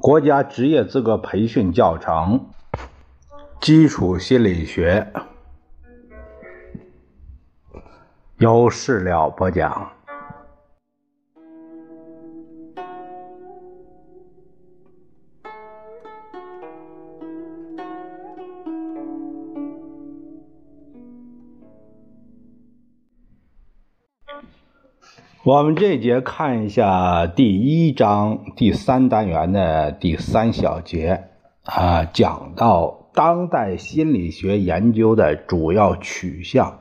国家职业资格培训教程基础心理学，由事了播讲。我们这节看一下第1章第3单元的第3小节讲到当代心理学研究的主要取向。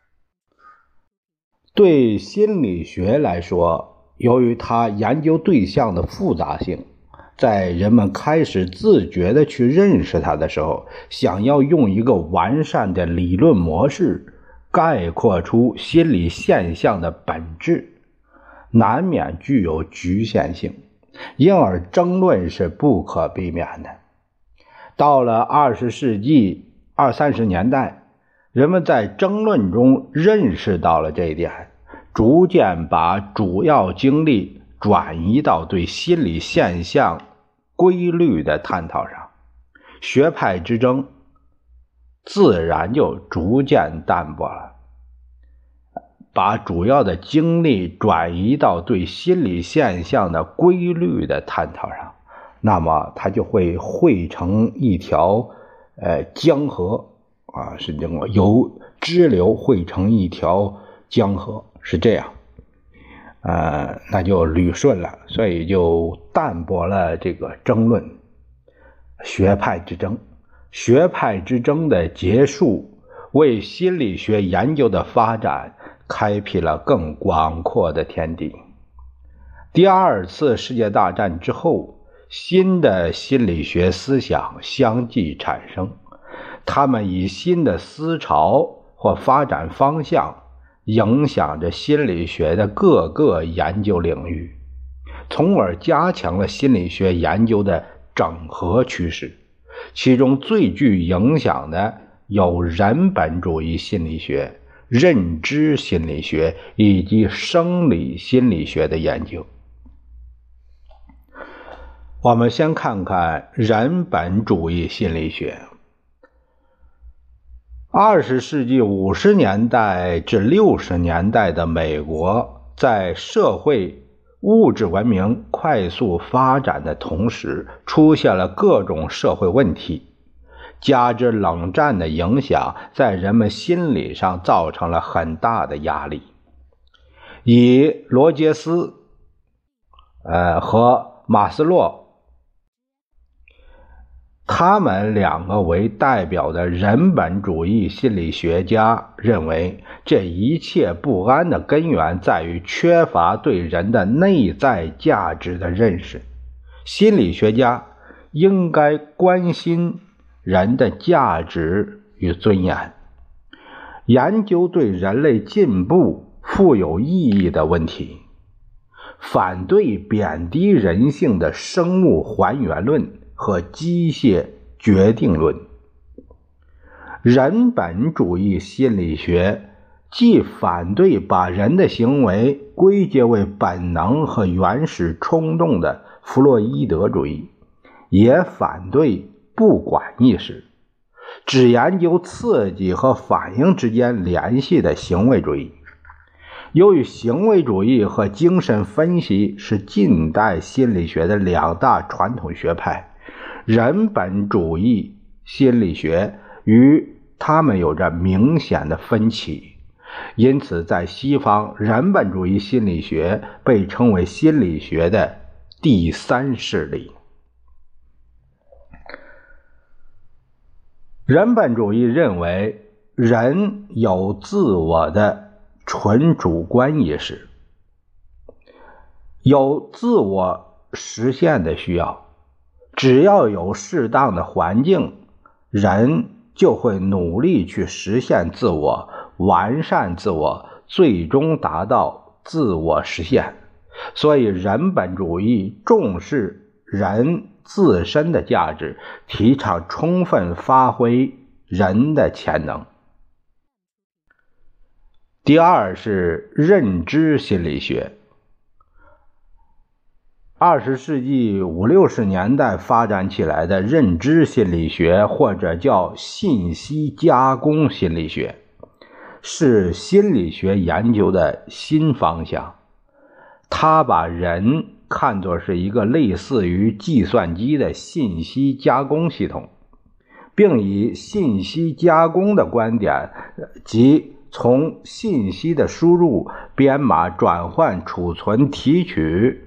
对心理学来说，由于它研究对象的复杂性，在人们开始自觉地去认识它的时候，想要用一个完善的理论模式概括出心理现象的本质，难免具有局限性，因而争论是不可避免的。到了20世纪20-30年代，人们在争论中认识到了这一点，逐渐把主要精力转移到对心理现象规律的探讨上，学派之争自然就逐渐淡薄了。把主要的精力转移到对心理现象的规律的探讨上，那么它就会汇成一条江河是这个由支流汇成一条江河，是这样那就捋顺了，所以就淡薄了这个争论。学派之争的结束，为心理学研究的发展开辟了更广阔的天地。第2次世界大战之后，新的心理学思想相继产生，他们以新的思潮或发展方向影响着心理学的各个研究领域，从而加强了心理学研究的整合趋势。其中最具影响的有人本主义心理学、认知心理学以及生理心理学的研究。我们先看看人本主义心理学。20世纪50年代至60年代的美国，在社会物质文明快速发展的同时，出现了各种社会问题，加之冷战的影响，在人们心理上造成了很大的压力。以罗杰斯和马斯洛他们两个为代表的人本主义心理学家认为，这一切不安的根源在于缺乏对人的内在价值的认识。心理学家应该关心人的价值与尊严，研究对人类进步富有意义的问题，反对贬低人性的生物还原论和机械决定论。人本主义心理学既反对把人的行为归结为本能和原始冲动的弗洛伊德主义，也反对不管意识，只研究刺激和反应之间联系的行为主义。由于行为主义和精神分析是近代心理学的2大传统学派，人本主义心理学与他们有着明显的分歧，因此在西方，人本主义心理学被称为心理学的第3势力。人本主义认为人有自我的纯主观意识，有自我实现的需要，只要有适当的环境，人就会努力去实现自我，完善自我，最终达到自我实现。所以人本主义重视人自身的价值，提倡充分发挥人的潜能。第2是认知心理学。 20世纪50、60年代发展起来的认知心理学，或者叫信息加工心理学，是心理学研究的新方向。它把人看作是一个类似于计算机的信息加工系统，并以信息加工的观点，即从信息的输入、编码、转换、储存、提取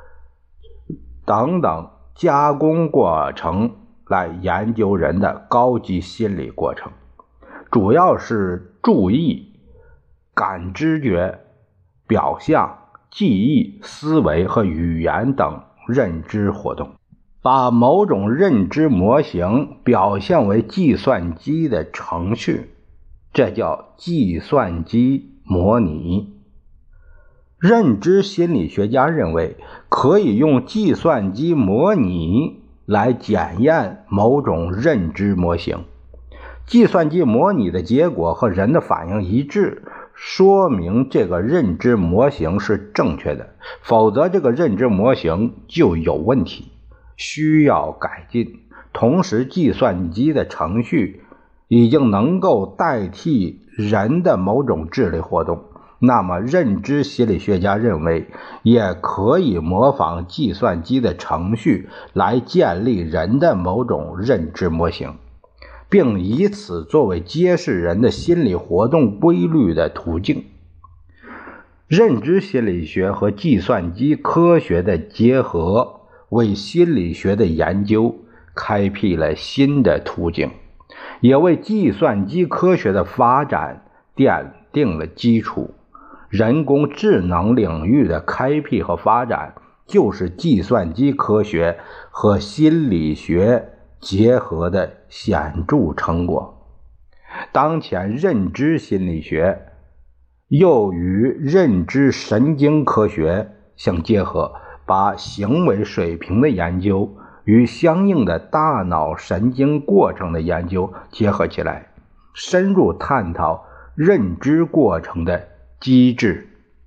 等等加工过程来研究人的高级心理过程，主要是注意、感知觉、表象、记忆、思维和语言等认知活动，把某种认知模型表现为计算机的程序，这叫计算机模拟。认知心理学家认为，可以用计算机模拟来检验某种认知模型。计算机模拟的结果和人的反应一致，说明这个认知模型是正确的，否则这个认知模型就有问题，需要改进。同时，计算机的程序已经能够代替人的某种智力活动，那么认知心理学家认为，也可以模仿计算机的程序来建立人的某种认知模型，并以此作为揭示人的心理活动规律的途径。认知心理学和计算机科学的结合，为心理学的研究开辟了新的途径，也为计算机科学的发展奠定了基础。人工智能领域的开辟和发展，就是计算机科学和心理学结合的显著成果。当前认知心理学又与认知神经科学相结合，把行为水平的研究与相应的大脑神经过程的研究结合起来，深入探讨认知过程的机制。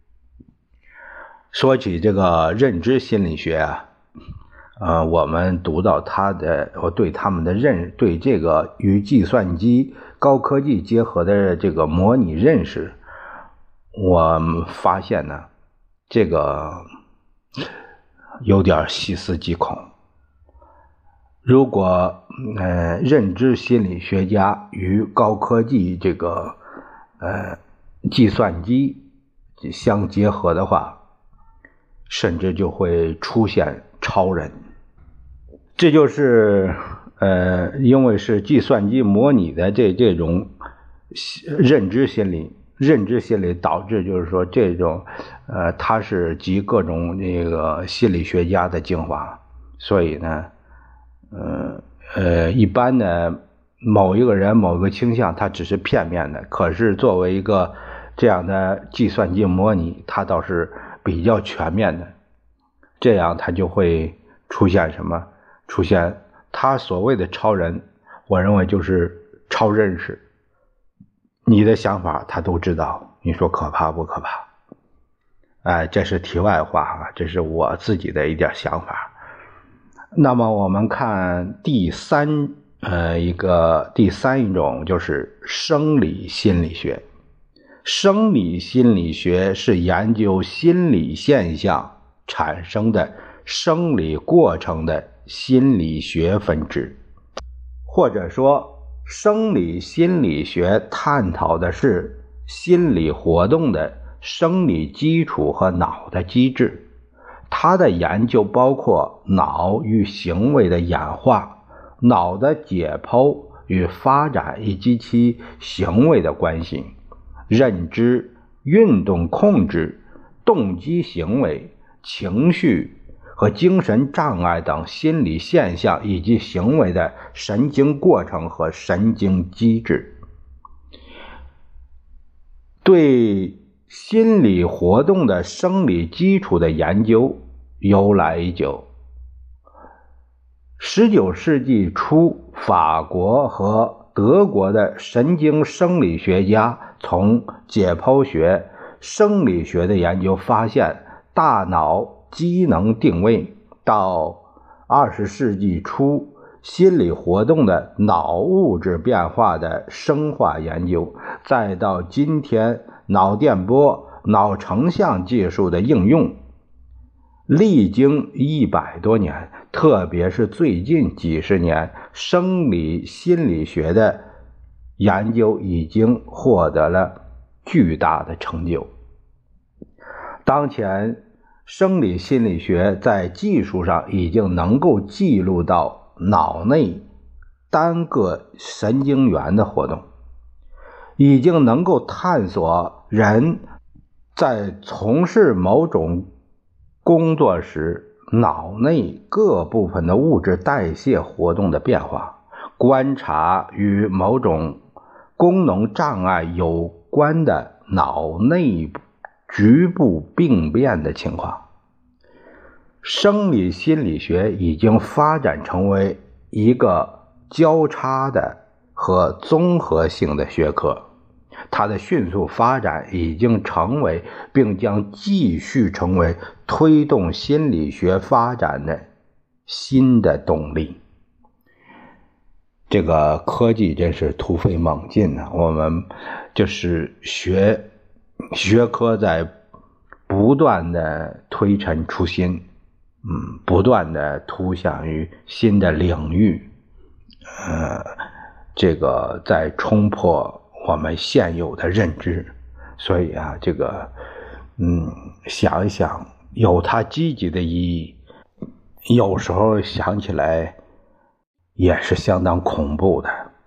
说起这个认知心理学我们读到我对他们的对这个与计算机高科技结合的这个模拟认识，我们发现呢，这个有点细思极恐。如果认知心理学家与高科技这个计算机相结合的话，甚至就会出现超人。这就是因为是计算机模拟的这种认知心理导致，就是说这种它是集各种这个心理学家的精华，所以呢一般的某一个人某个倾向它只是片面的，可是作为一个这样的计算机模拟，它倒是比较全面的，这样它就会出现什么？出现他所谓的超人，我认为就是超认识，你的想法他都知道，你说可怕不可怕？这是题外话这是我自己的一点想法。那么我们看第三一种，就是生理心理学。生理心理学是研究心理现象产生的生理过程的心理学分支，或者说生理心理学探讨的是心理活动的生理基础和脑的机制。它的研究包括脑与行为的演化、脑的解剖与发展以及其行为的关系、认知、运动控制、动机行为、情绪和精神障碍等心理现象以及行为的神经过程和神经机制。对心理活动的生理基础的研究由来已久。19世纪初，法国和德国的神经生理学家从解剖学、生理学的研究发现，大脑机能定位，到20世纪初心理活动的脑物质变化的生化研究，再到今天脑电波、脑成像技术的应用，历经100多年，特别是最近几十年，生理心理学的研究已经获得了巨大的成就。当前生理心理学在技术上已经能够记录到脑内单个神经元的活动，已经能够探索人在从事某种工作时脑内各部分的物质代谢活动的变化，观察与某种功能障碍有关的脑内局部病变的情况。生理心理学已经发展成为一个交叉的和综合性的学科，它的迅速发展已经成为并将继续成为推动心理学发展的新的动力。这个科技真是突飞猛进啊！我们就是学科在不断的推陈出新，不断的突向于新的领域，这个在冲破我们现有的认知。所以啊，这个想一想，有它积极的意义，有时候想起来也是相当恐怖的。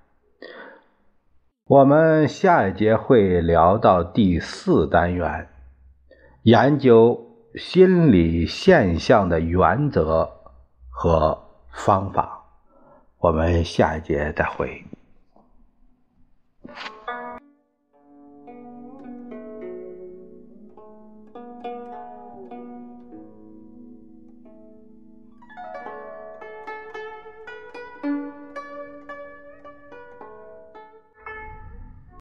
我们下一节会聊到第4单元，研究心理现象的原则和方法。我们下一节再会。